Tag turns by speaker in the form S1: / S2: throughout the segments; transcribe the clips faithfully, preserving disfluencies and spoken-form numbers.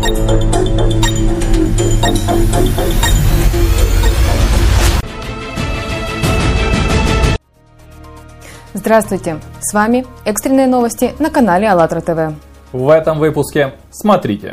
S1: Здравствуйте! С вами экстренные новости на канале АЛЛАТРА ТВ.
S2: В этом выпуске смотрите.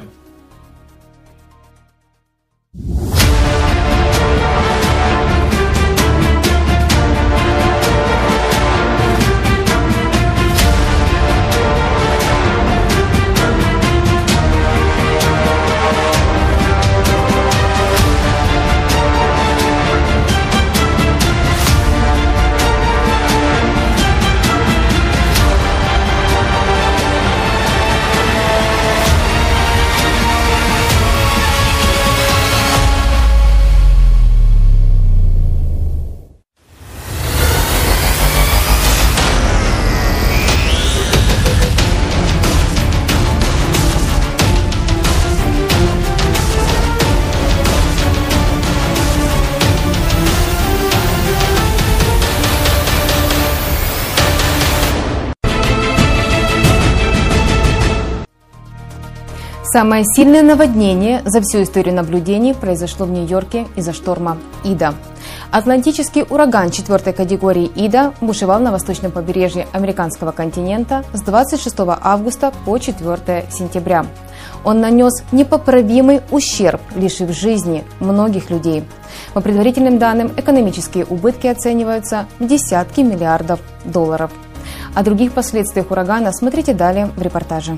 S1: Самое сильное наводнение за всю историю наблюдений произошло в Нью-Йорке из-за шторма Ида. Атлантический ураган четвертой категории Ида бушевал на восточном побережье американского континента с двадцать шестого августа по четвёртое сентября. Он нанес непоправимый ущерб, лишив жизни многих людей. По предварительным данным, экономические убытки оцениваются в десятки миллиардов долларов. О других последствиях урагана смотрите далее в репортаже.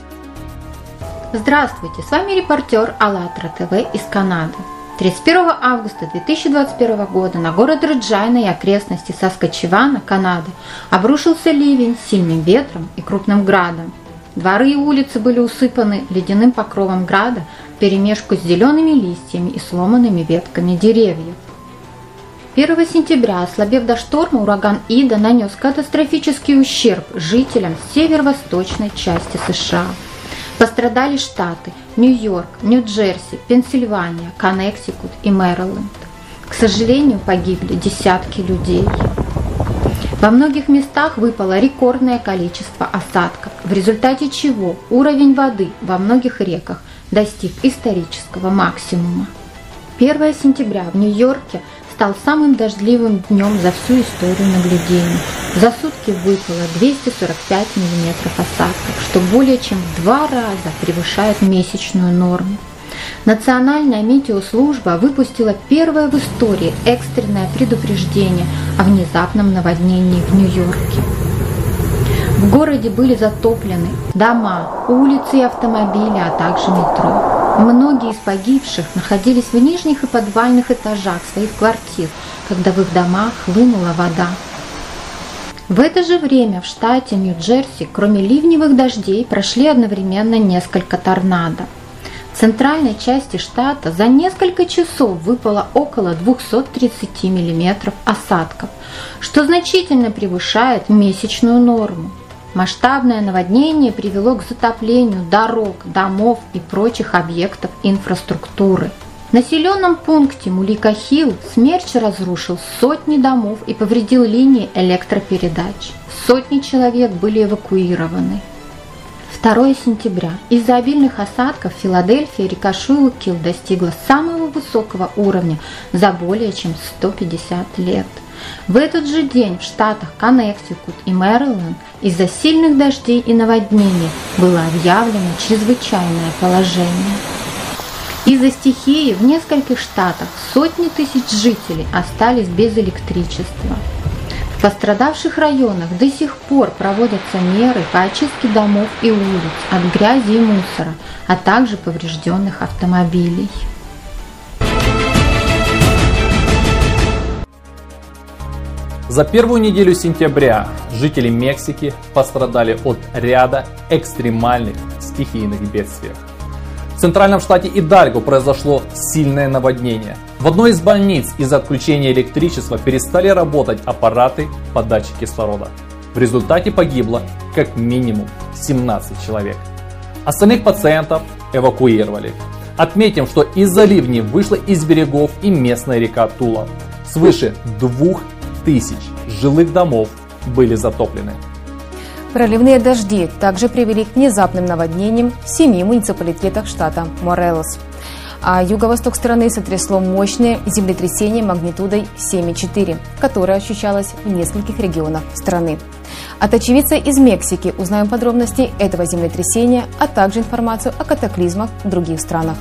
S3: Здравствуйте, с вами репортер АЛЛАТРА ТВ из Канады. тридцать первого августа две тысячи двадцать первого года на город Реджайна и окрестности Саскатчевана, Канады, обрушился ливень с сильным ветром и крупным градом. Дворы и улицы были усыпаны ледяным покровом града вперемешку с зелеными листьями и сломанными ветками деревьев. первого сентября, ослабев до шторма, ураган Ида нанес катастрофический ущерб жителям северо-восточной части США. Пострадали штаты Нью-Йорк, Нью-Джерси, Пенсильвания, Коннектикут и Мэриленд. К сожалению, погибли десятки людей. Во многих местах выпало рекордное количество осадков, в результате чего уровень воды во многих реках достиг исторического максимума. первого сентября в Нью-Йорке стал самым дождливым днем за всю историю наблюдений. За сутки выпало двести сорок пять миллиметров осадков, что более чем в два раза превышает месячную норму. Национальная метеослужба выпустила первое в истории экстренное предупреждение о внезапном наводнении в Нью-Йорке. В городе были затоплены дома, улицы и автомобили, а также метро. Многие из погибших находились в нижних и подвальных этажах своих квартир, когда в их домах хлынула вода. В это же время в штате Нью-Джерси, кроме ливневых дождей, прошли одновременно несколько торнадо. В центральной части штата за несколько часов выпало около двухсот тридцати миллиметров осадков, что значительно превышает месячную норму. Масштабное наводнение привело к затоплению дорог, домов и прочих объектов инфраструктуры. В населенном пункте Мулика-Хилл смерч разрушил сотни домов и повредил линии электропередач. Сотни человек были эвакуированы. второго сентября. Из-за обильных осадков Филадельфия река Шуилл-Килл достигла самого высокого уровня за более чем сто пятьдесят лет. В этот же день в штатах Коннектикут и Мэриленд из-за сильных дождей и наводнений было объявлено чрезвычайное положение. Из-за стихии в нескольких штатах сотни тысяч жителей остались без электричества. В пострадавших районах до сих пор проводятся меры по очистке домов и улиц от грязи и мусора, а также поврежденных автомобилей.
S2: За первую неделю сентября жители Мексики пострадали от ряда экстремальных стихийных бедствий. В центральном штате Идальго произошло сильное наводнение. В одной из больниц из-за отключения электричества перестали работать аппараты подачи кислорода. В результате погибло как минимум семнадцать человек. Остальных пациентов эвакуировали. Отметим, что из-за ливней вышла из берегов и местная река Тула. Свыше двух тысяч жилых домов были затоплены.
S1: Проливные дожди также привели к внезапным наводнениям в семи муниципалитетах штата Морелос. А юго-восток страны сотрясло мощное землетрясение магнитудой семь и четыре, которое ощущалось в нескольких регионах страны. От очевидца из Мексики узнаем подробности этого землетрясения, а также информацию о катаклизмах в других странах.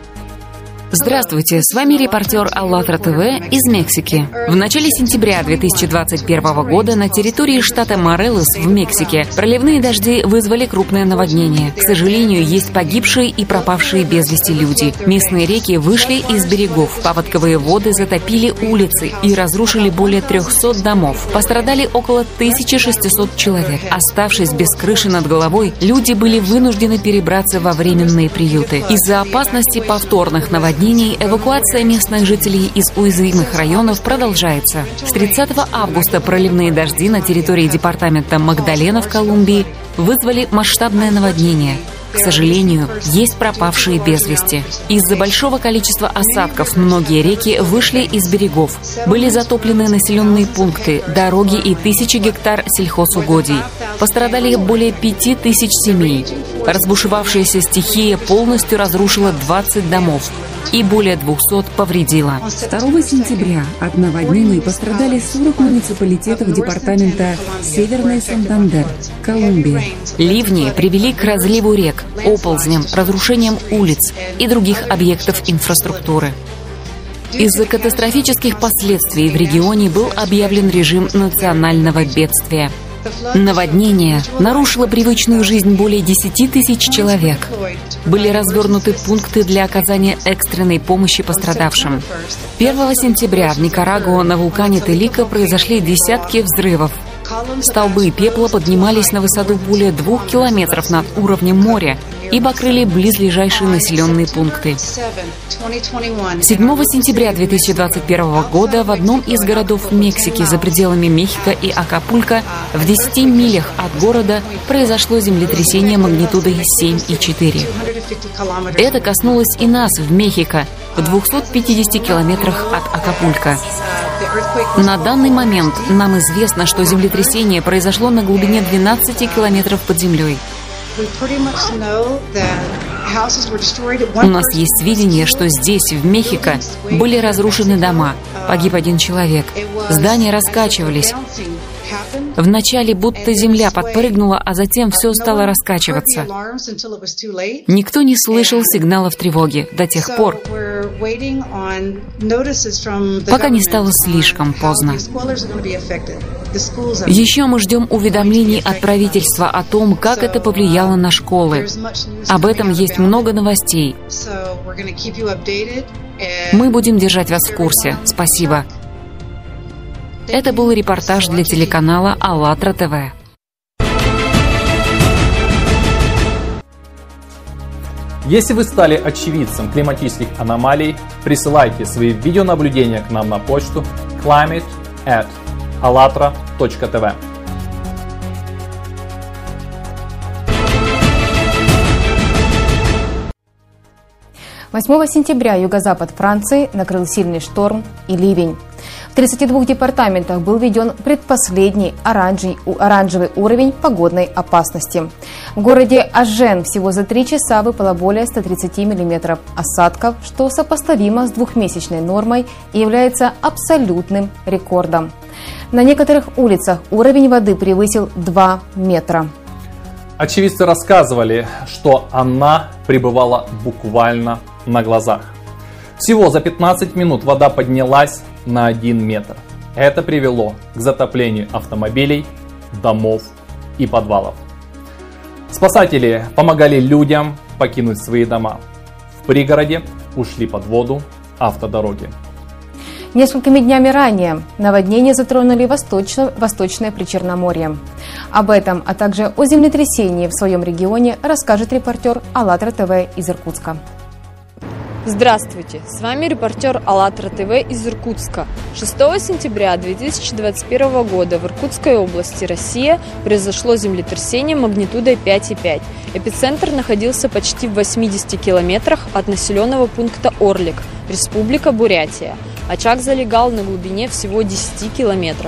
S4: Здравствуйте, с вами репортер АЛЛАТРА ТВ из Мексики. В начале сентября две тысячи двадцать первого года на территории штата Морелос в Мексике проливные дожди вызвали крупное наводнение. К сожалению, есть погибшие и пропавшие без вести люди. Местные реки вышли из берегов, паводковые воды затопили улицы и разрушили более трехсот домов. Пострадали около тысячи шестисот человек. Оставшись без крыши над головой, люди были вынуждены перебраться во временные приюты. Из-за опасности повторных наводнений эвакуация местных жителей из уязвимых районов продолжается. С тридцатого августа проливные дожди на территории департамента Магдалена в Колумбии вызвали масштабное наводнение. К сожалению, есть пропавшие без вести. Из-за большого количества осадков многие реки вышли из берегов. Были затоплены населенные пункты, дороги и тысячи гектар сельхозугодий. Пострадали более пяти тысяч семей. Разбушевавшаяся стихия полностью разрушила двадцать домов и более двухсот повредила.
S5: второго сентября от наводнений пострадали сорок муниципалитетов департамента Северный Сантандер, Колумбия.
S4: Ливни привели к разливу рек, оползням, разрушениям улиц и других объектов инфраструктуры. Из-за катастрофических последствий в регионе был объявлен режим национального бедствия. Наводнение нарушило привычную жизнь более десяти тысяч человек. Были развернуты пункты для оказания экстренной помощи пострадавшим. первого сентября в Никарагуа на вулкане Телика произошли десятки взрывов. Столбы пепла поднимались на высоту более двух километров над уровнем моря и покрыли близлежащие населенные пункты. седьмого сентября две тысячи двадцать первого года в одном из городов Мексики за пределами Мехико и Акапулько в десяти милях от города произошло землетрясение магнитудой семь и четыре. Это коснулось и нас в Мехико, в двухстах пятидесяти километрах от Акапулько. На данный момент нам известно, что землетрясение произошло на глубине двенадцати километров под землей. У нас есть сведения, что здесь, в Мехико, были разрушены дома, погиб один человек, здания раскачивались. Вначале будто земля подпрыгнула, а затем все стало раскачиваться. Никто не слышал сигналов тревоги до тех пор, пока не стало слишком поздно. Еще мы ждем уведомлений от правительства о том, как это повлияло на школы. Об этом есть много новостей. Мы будем держать вас в курсе. Спасибо. Это был репортаж для телеканала АЛЛАТРА ТВ.
S2: Если вы стали очевидцем климатических аномалий, присылайте свои видеонаблюдения к нам на почту climate at allatra точка tv.
S1: восьмого сентября юго-запад Франции накрыл сильный шторм и ливень. В тридцати двух департаментах был введен предпоследний оранжевый, оранжевый уровень погодной опасности. В городе Ажен всего за три часа выпало более ста тридцати миллиметров осадков, что сопоставимо с двухмесячной нормой и является абсолютным рекордом. На некоторых улицах уровень воды превысил два метра.
S2: Очевидцы рассказывали, что она пребывала буквально на глазах. Всего за пятнадцать минут вода поднялась на один метр. Это привело к затоплению автомобилей, домов и подвалов. Спасатели помогали людям покинуть свои дома. В пригороде ушли под воду автодороги.
S1: Несколькими днями ранее наводнения затронули восточно, восточное Причерноморье. Об этом, а также о землетрясении в своем регионе расскажет репортер АЛЛАТРА ТВ из Иркутска.
S6: Здравствуйте, с вами репортер АЛЛАТРА ТВ из Иркутска. шестого сентября две тысячи двадцать первого года в Иркутской области, Россия, произошло землетрясение магнитудой пять и пять. Эпицентр находился почти в восьмидесяти километрах от населенного пункта Орлик, Республика Бурятия. Очаг залегал на глубине всего десяти километров.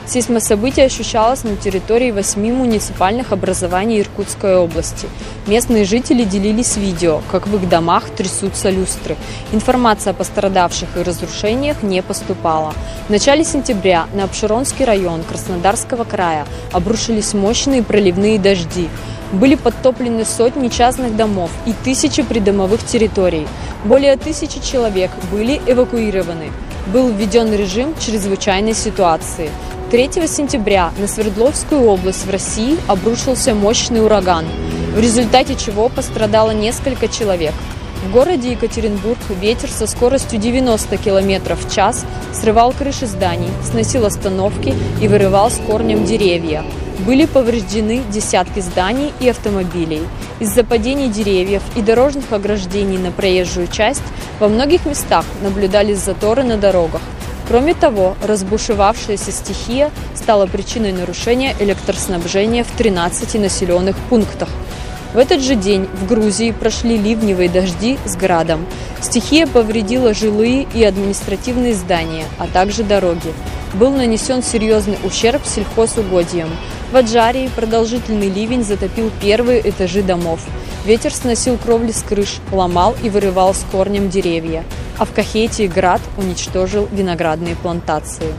S6: Сейсмособытие ощущалось на территории восьми муниципальных образований Иркутской области. Местные жители делились видео, как в их домах трясутся люстры. Информация о пострадавших и разрушениях не поступала. В начале сентября на Апшеронский район Краснодарского края обрушились мощные проливные дожди. Были подтоплены сотни частных домов и тысячи придомовых территорий. Более тысячи человек были эвакуированы. Был введен режим чрезвычайной ситуации. третьего сентября на Свердловскую область в России обрушился мощный ураган, в результате чего пострадало несколько человек. В городе Екатеринбург ветер со скоростью девяносто километров в час срывал крыши зданий, сносил остановки и вырывал с корнем деревья. Были повреждены десятки зданий и автомобилей. Из-за падений деревьев и дорожных ограждений на проезжую часть во многих местах наблюдались заторы на дорогах. Кроме того, разбушевавшаяся стихия стала причиной нарушения электроснабжения в тринадцати населенных пунктах. В этот же день в Грузии прошли ливневые дожди с градом. Стихия повредила жилые и административные здания, а также дороги. Был нанесен серьезный ущерб сельхозугодьям. В Аджарии продолжительный ливень затопил первые этажи домов. Ветер сносил кровли с крыш, ломал и вырывал с корнем деревья. А в Кахетии град уничтожил виноградные плантации.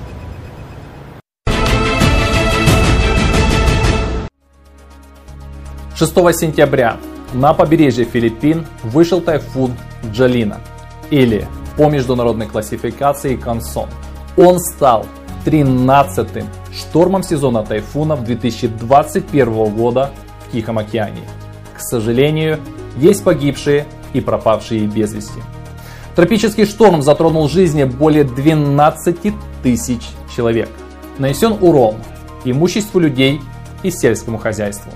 S2: шестого сентября на побережье Филиппин вышел тайфун Джалина, или по международной классификации Консон. Он стал тринадцатым штормом сезона тайфунов две тысячи двадцать первого года в Тихом океане. К сожалению, есть погибшие и пропавшие без вести. Тропический шторм затронул жизни более двенадцати тысяч человек. Нанесен урон имуществу людей и сельскому хозяйству.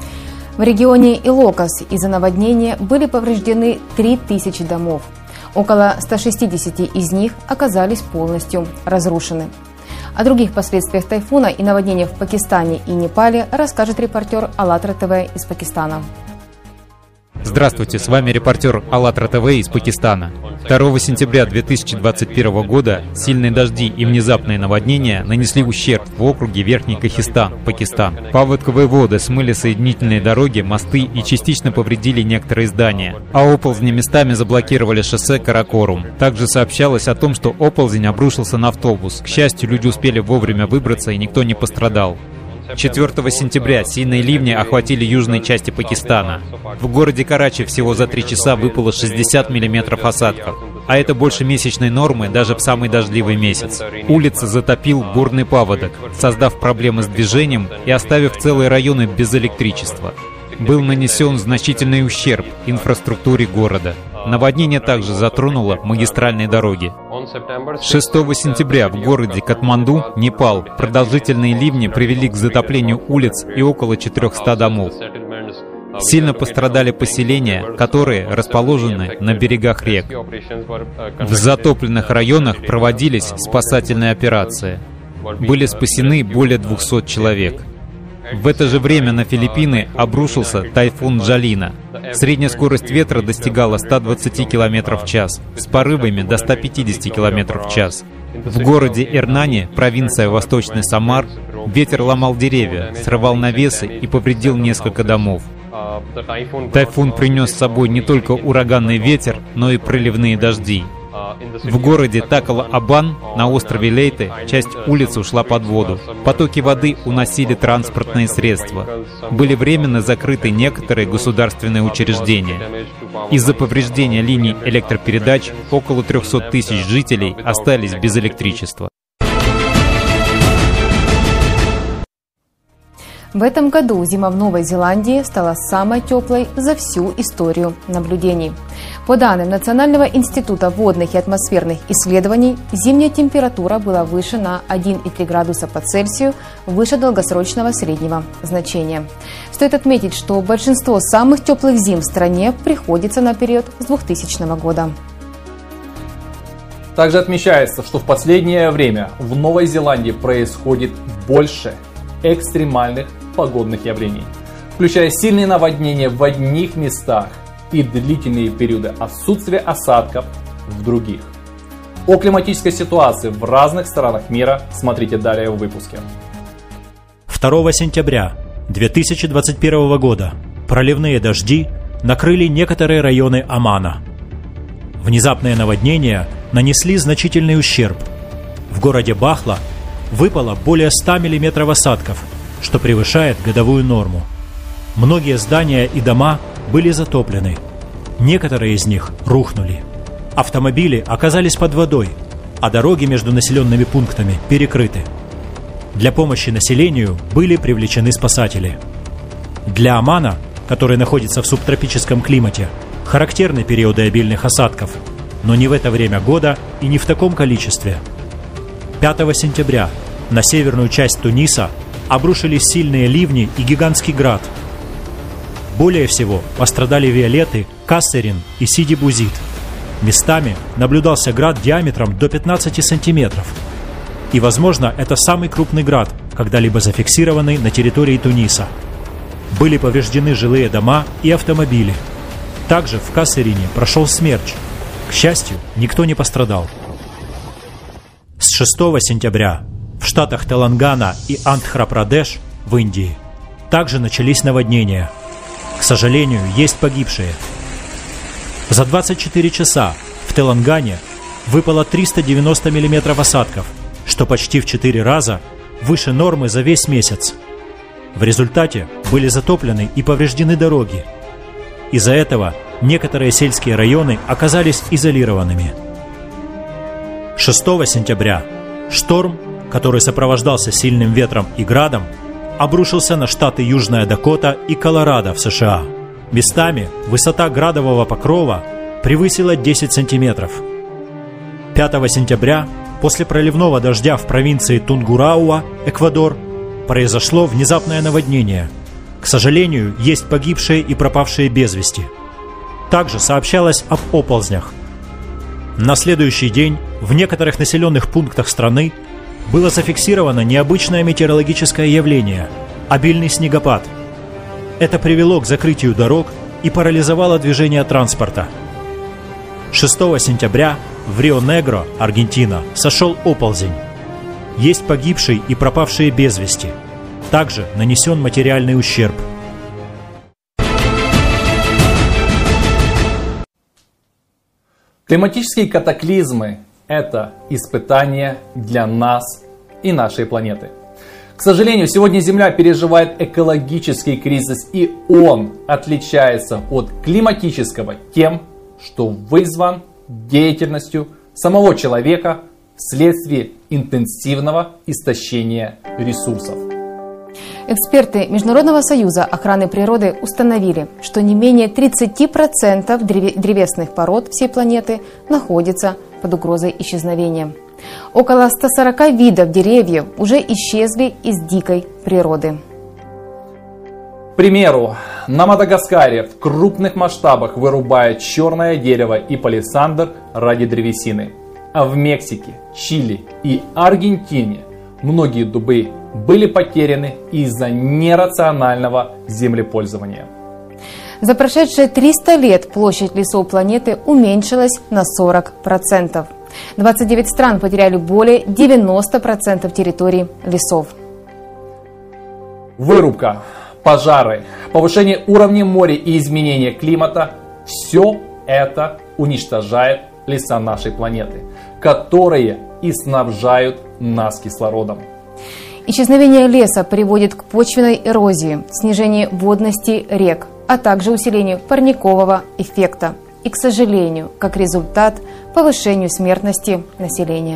S1: В регионе Илокос из-за наводнения были повреждены три тысячи домов. Около ста шестидесяти из них оказались полностью разрушены. О других последствиях тайфуна и наводнения в Пакистане и Непале расскажет репортер АЛЛАТРА ТВ из Пакистана.
S7: Здравствуйте, с вами репортер АЛЛАТРА ТВ из Пакистана. второго сентября две тысячи двадцать первого года сильные дожди и внезапные наводнения нанесли ущерб в округе Верхний Кохистан, Пакистан. Паводковые воды смыли соединительные дороги, мосты и частично повредили некоторые здания, а оползни местами заблокировали шоссе Каракорум. Также сообщалось о том, что оползень обрушился на автобус. К счастью, люди успели вовремя выбраться и никто не пострадал. четвёртого сентября сильные ливни охватили южные части Пакистана. В городе Карачи всего за три часа выпало шестьдесят миллиметров осадков, а это больше месячной нормы даже в самый дождливый месяц. Улицы затопил бурный паводок, создав проблемы с движением и оставив целые районы без электричества. Был нанесен значительный ущерб инфраструктуре города. Наводнение также затронуло магистральные дороги. шестого сентября в городе Катманду, Непал, продолжительные ливни привели к затоплению улиц и около четырёхсот домов. Сильно пострадали поселения, которые расположены на берегах рек. В затопленных районах проводились спасательные операции. Были спасены более двухсот человек. В это же время на Филиппины обрушился тайфун Джалина. Средняя скорость ветра достигала ста двадцати километров в час, с порывами до ста пятидесяти километров в час. В городе Эрнани, провинция Восточный Самар, ветер ломал деревья, срывал навесы и повредил несколько домов. Тайфун принес с собой не только ураганный ветер, но и проливные дожди. В городе Такала-Абан на острове Лейте часть улицы ушла под воду. Потоки воды уносили транспортные средства. Были временно закрыты некоторые государственные учреждения. Из-за повреждения линий электропередач около трёхсот тысяч жителей остались без электричества.
S1: В этом году зима в Новой Зеландии стала самой теплой за всю историю наблюдений. По данным Национального института водных и атмосферных исследований, зимняя температура была выше на один и три градуса по Цельсию, выше долгосрочного среднего значения. Стоит отметить, что большинство самых теплых зим в стране приходится на период с двухтысячного года.
S2: Также отмечается, что в последнее время в Новой Зеландии происходит больше экстремальных погодных явлений, включая сильные наводнения в одних местах и длительные периоды отсутствия осадков в других. О климатической ситуации в разных странах мира смотрите далее в выпуске.
S8: второго сентября две тысячи двадцать первого года проливные дожди накрыли некоторые районы Омана. Внезапные наводнения нанесли значительный ущерб. В городе Бахла выпало более ста миллиметров осадков, что превышает годовую норму. Многие здания и дома были затоплены. Некоторые из них рухнули. Автомобили оказались под водой, а дороги между населенными пунктами перекрыты. Для помощи населению были привлечены спасатели. Для Омана, который находится в субтропическом климате, характерны периоды обильных осадков, но не в это время года и не в таком количестве. пятого сентября на северную часть Туниса обрушились сильные ливни и гигантский град. Более всего пострадали Виолетты, Кассерин и Сиди-Бузид. Местами наблюдался град диаметром до пятнадцати сантиметров. И, возможно, это самый крупный град, когда-либо зафиксированный на территории Туниса. Были повреждены жилые дома и автомобили. Также в Кассерине прошел смерч. К счастью, никто не пострадал. С шестого сентября в штатах Телангана и Андхра-Прадеш в Индии также начались наводнения. К сожалению, есть погибшие. За двадцать четыре часа в Телангане выпало триста девяносто миллиметров осадков, что почти в четыре раза выше нормы за весь месяц. В результате были затоплены и повреждены дороги. Из-за этого некоторые сельские районы оказались изолированными. шестого сентября шторм, который сопровождался сильным ветром и градом, обрушился на штаты Южная Дакота и Колорадо в США. Местами высота градового покрова превысила десять сантиметров. пятого сентября после проливного дождя в провинции Тунгурауа, Эквадор, произошло внезапное наводнение. К сожалению, есть погибшие и пропавшие без вести. Также сообщалось об оползнях. На следующий день в некоторых населенных пунктах страны было зафиксировано необычное метеорологическое явление – обильный снегопад. Это привело к закрытию дорог и парализовало движение транспорта. шестого сентября в Рио-Негро, Аргентина, сошел оползень. Есть погибшие и пропавшие без вести. Также нанесен материальный ущерб.
S2: Климатические катаклизмы – это испытание для нас и нашей планеты. К сожалению, сегодня Земля переживает экологический кризис, и он отличается от климатического тем, что вызван деятельностью самого человека вследствие интенсивного истощения ресурсов.
S1: Эксперты Международного союза охраны природы установили, что не менее тридцати процентов древесных пород всей планеты находятся под угрозой исчезновения. Около ста сорока видов деревьев уже исчезли из дикой природы.
S2: К примеру, на Мадагаскаре в крупных масштабах вырубают черное дерево и палисандр ради древесины. А в Мексике, Чили и Аргентине многие дубы были потеряны из-за нерационального землепользования.
S1: За прошедшие триста лет площадь лесов планеты уменьшилась на сорок процентов. двадцать девять стран потеряли более девяноста процентов территорий лесов.
S2: Вырубка, пожары, повышение уровня моря и изменение климата – все это уничтожает леса нашей планеты, которые и снабжают нас кислородом.
S1: Исчезновение леса приводит к почвенной эрозии, снижению водности рек, а также усилению парникового эффекта и, к сожалению, как результат, повышению смертности населения.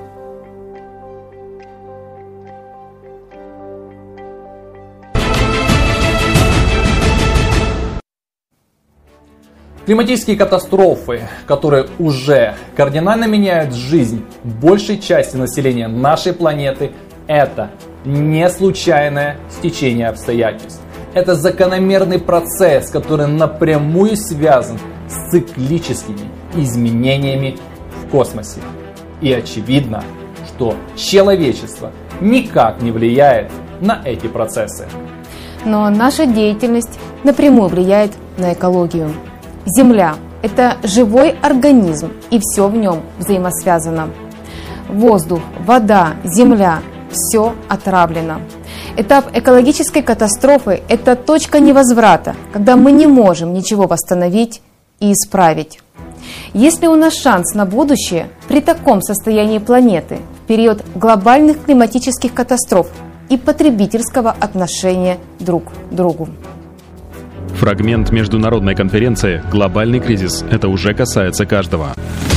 S2: Климатические катастрофы, которые уже кардинально меняют жизнь большей части населения нашей планеты, это не случайное стечение обстоятельств. Это закономерный процесс, который напрямую связан с циклическими изменениями в космосе. И очевидно, что человечество никак не влияет на эти процессы.
S1: Но наша деятельность напрямую влияет на экологию. Земля – это живой организм, и все в нем взаимосвязано. Воздух, вода, земля – все отравлено. Этап экологической катастрофы – это точка невозврата, когда мы не можем ничего восстановить и исправить. Есть ли у нас шанс на будущее при таком состоянии планеты в период глобальных климатических катастроф и потребительского отношения друг к другу?
S9: Фрагмент международной конференции «Глобальный кризис. Это уже касается каждого».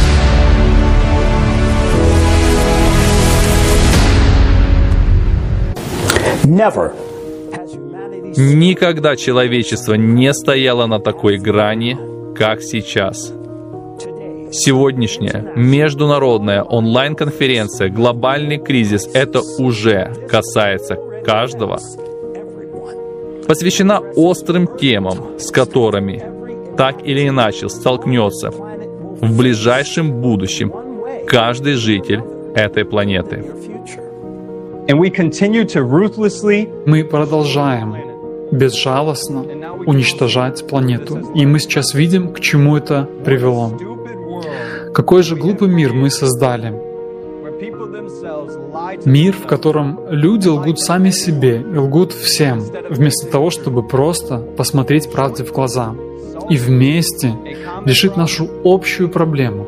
S2: Никогда человечество не стояло на такой грани, как сейчас. Сегодняшняя международная онлайн-конференция «Глобальный кризис. Это уже касается каждого» посвящена острым темам, с которыми так или иначе столкнется в ближайшем будущем каждый житель этой планеты.
S10: Мы продолжаем безжалостно уничтожать планету. И мы сейчас видим, к чему это привело. Какой же глупый мир мы создали. Мир, в котором люди лгут сами себе и лгут всем, вместо того, чтобы просто посмотреть правде в глаза и вместе решить нашу общую проблему.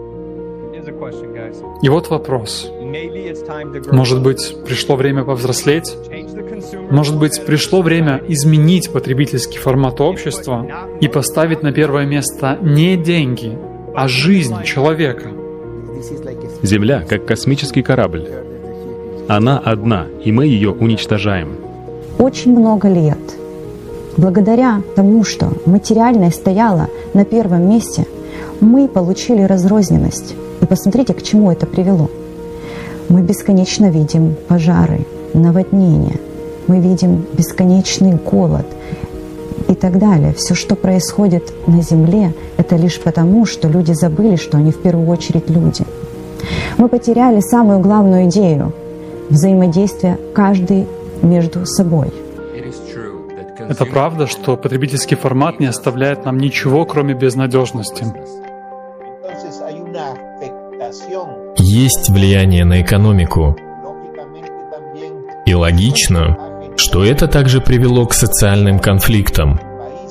S10: И вот вопрос. Может быть, пришло время повзрослеть? Может быть, пришло время изменить потребительский формат общества и поставить на первое место не деньги, а жизнь человека?
S9: Земля как космический корабль. Она одна, и мы ее уничтожаем.
S11: Очень много лет, благодаря тому, что материальное стояло на первом месте, мы получили разрозненность. И посмотрите, к чему это привело. Мы бесконечно видим пожары, наводнения, мы видим бесконечный голод и так далее. Все, что происходит на Земле, это лишь потому, что люди забыли, что они в первую очередь люди. Мы потеряли самую главную идею – взаимодействия каждый между собой.
S10: Это правда, что потребительский формат не оставляет нам ничего, кроме безнадежности.
S12: Есть влияние на экономику. И логично, что это также привело к социальным конфликтам.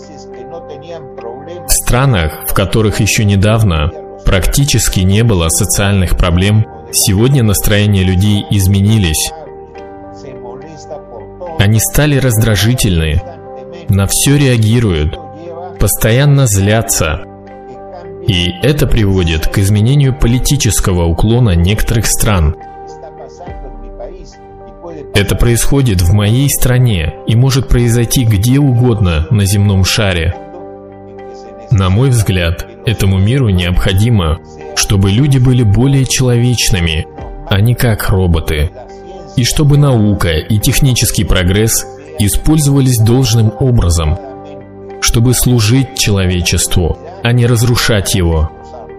S12: В странах, в которых еще недавно практически не было социальных проблем, сегодня настроения людей изменились. Они стали раздражительны, на все реагируют, постоянно злятся. И это приводит к изменению политического уклона некоторых стран. Это происходит в моей стране и может произойти где угодно на земном шаре. На мой взгляд, этому миру необходимо, чтобы люди были более человечными, а не как роботы. И чтобы наука и технический прогресс использовались должным образом, чтобы служить человечеству, а не разрушать его.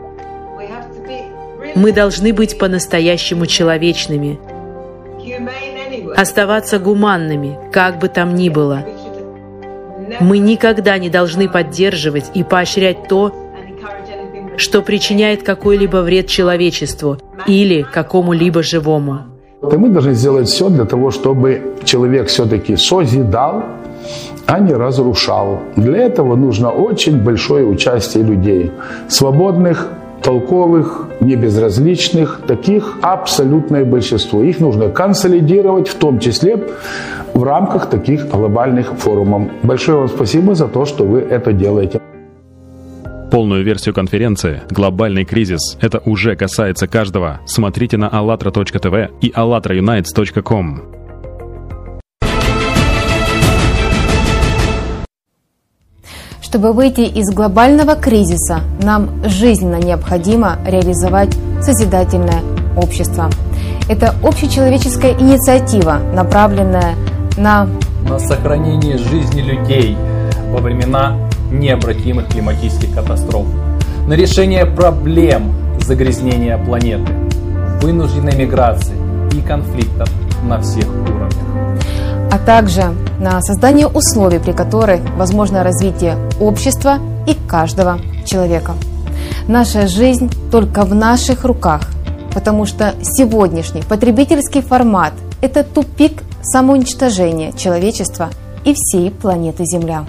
S13: Мы должны быть по-настоящему человечными, оставаться гуманными, как бы там ни было. Мы никогда не должны поддерживать и поощрять то, что причиняет какой-либо вред человечеству или какому-либо живому.
S14: И мы должны сделать все для того, чтобы человек все-таки созидал, а не разрушал. Для этого нужно очень большое участие людей, свободных, толковых, небезразличных, таких абсолютное большинство. Их нужно консолидировать, в том числе в рамках таких глобальных форумов. Большое вам спасибо за то, что вы это делаете.
S9: Полную версию конференции «Глобальный кризис. Это уже касается каждого» смотрите на allatra точка ти ви и allatra unites точка ком.
S1: Чтобы выйти из глобального кризиса, нам жизненно необходимо реализовать созидательное общество. Это общечеловеческая инициатива, направленная на...
S2: на сохранение жизни людей во времена необратимых климатических катастроф, на решение проблем загрязнения планеты, вынужденной миграции и конфликтов на всех уровнях,
S1: а также на создание условий, при которых возможно развитие общества и каждого человека. Наша жизнь только в наших руках, потому что сегодняшний потребительский формат – это тупик самоуничтожения человечества и всей планеты Земля.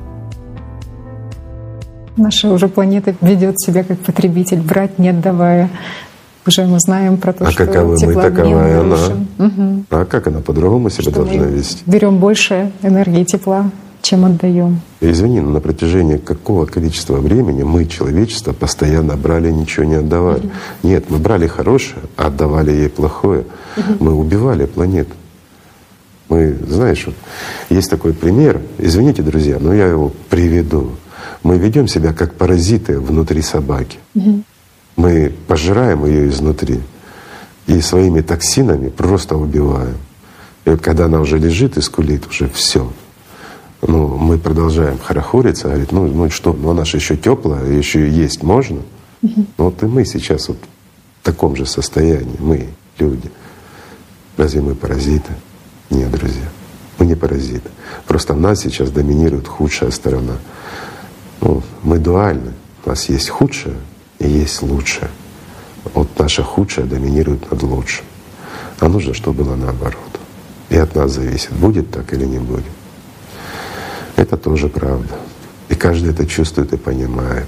S15: Наша уже планета ведет себя как потребитель, брать не отдавая. Уже мы знаем про то,
S16: а
S15: что
S16: какова мы, таковая она. Угу. А как она по-другому себя что должна вести?
S15: Берем больше энергии и тепла, чем отдаем.
S16: Извини, но на протяжении какого количества времени мы, человечество, постоянно брали, ничего не отдавали? Угу. Нет, мы брали хорошее, а отдавали ей плохое. Угу. Мы убивали планету. Мы, знаешь, вот есть такой пример. Извините, друзья, но я его приведу. Мы ведем себя как паразиты внутри собаки. Угу. Мы пожираем ее изнутри и своими токсинами просто убиваем. И вот когда она уже лежит и скулит, уже все. Ну, мы продолжаем хорохориться, говорит, ну, ну что, ну она же еще теплая, еще и есть можно. Угу. Ну, вот и мы сейчас вот в таком же состоянии, мы, люди. Разве мы паразиты? Нет, друзья, мы не паразиты. Просто в нас сейчас доминирует худшая сторона. Ну, мы дуальны. У нас есть худшее и есть лучшее. Вот наше худшее доминирует над лучшим. А нужно, чтобы было наоборот. И от нас зависит, будет так или не будет. Это тоже правда. И каждый это чувствует и понимает.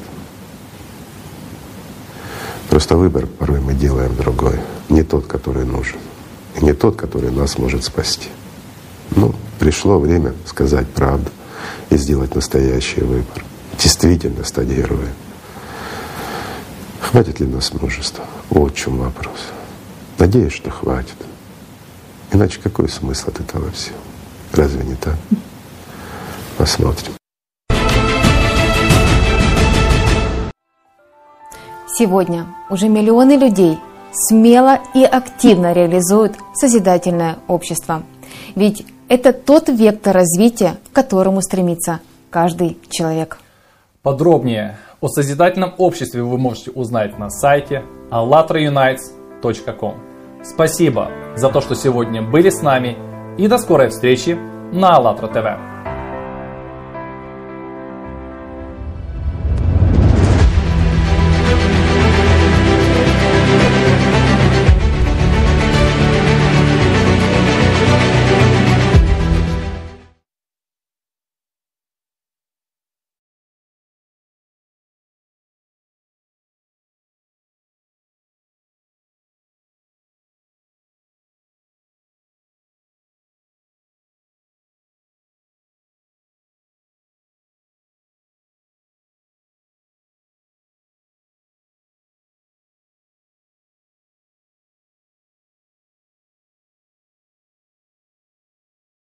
S16: Просто выбор порой мы делаем другой. Не тот, который нужен. И не тот, который нас может спасти. Ну, пришло время сказать правду и сделать настоящий выбор. Действительно стать героем. Хватит ли нас мужества? Вот в чем вопрос. Надеюсь, что хватит. Иначе какой смысл от этого всего? Разве не так? Посмотрим.
S1: Сегодня уже миллионы людей смело и активно реализуют созидательное общество. Ведь это тот вектор развития, к которому стремится каждый человек.
S2: Подробнее о созидательном обществе вы можете узнать на сайте allatra unites точка ком. Спасибо за то, что сегодня были с нами, и до скорой встречи на АЛЛАТРА ТВ.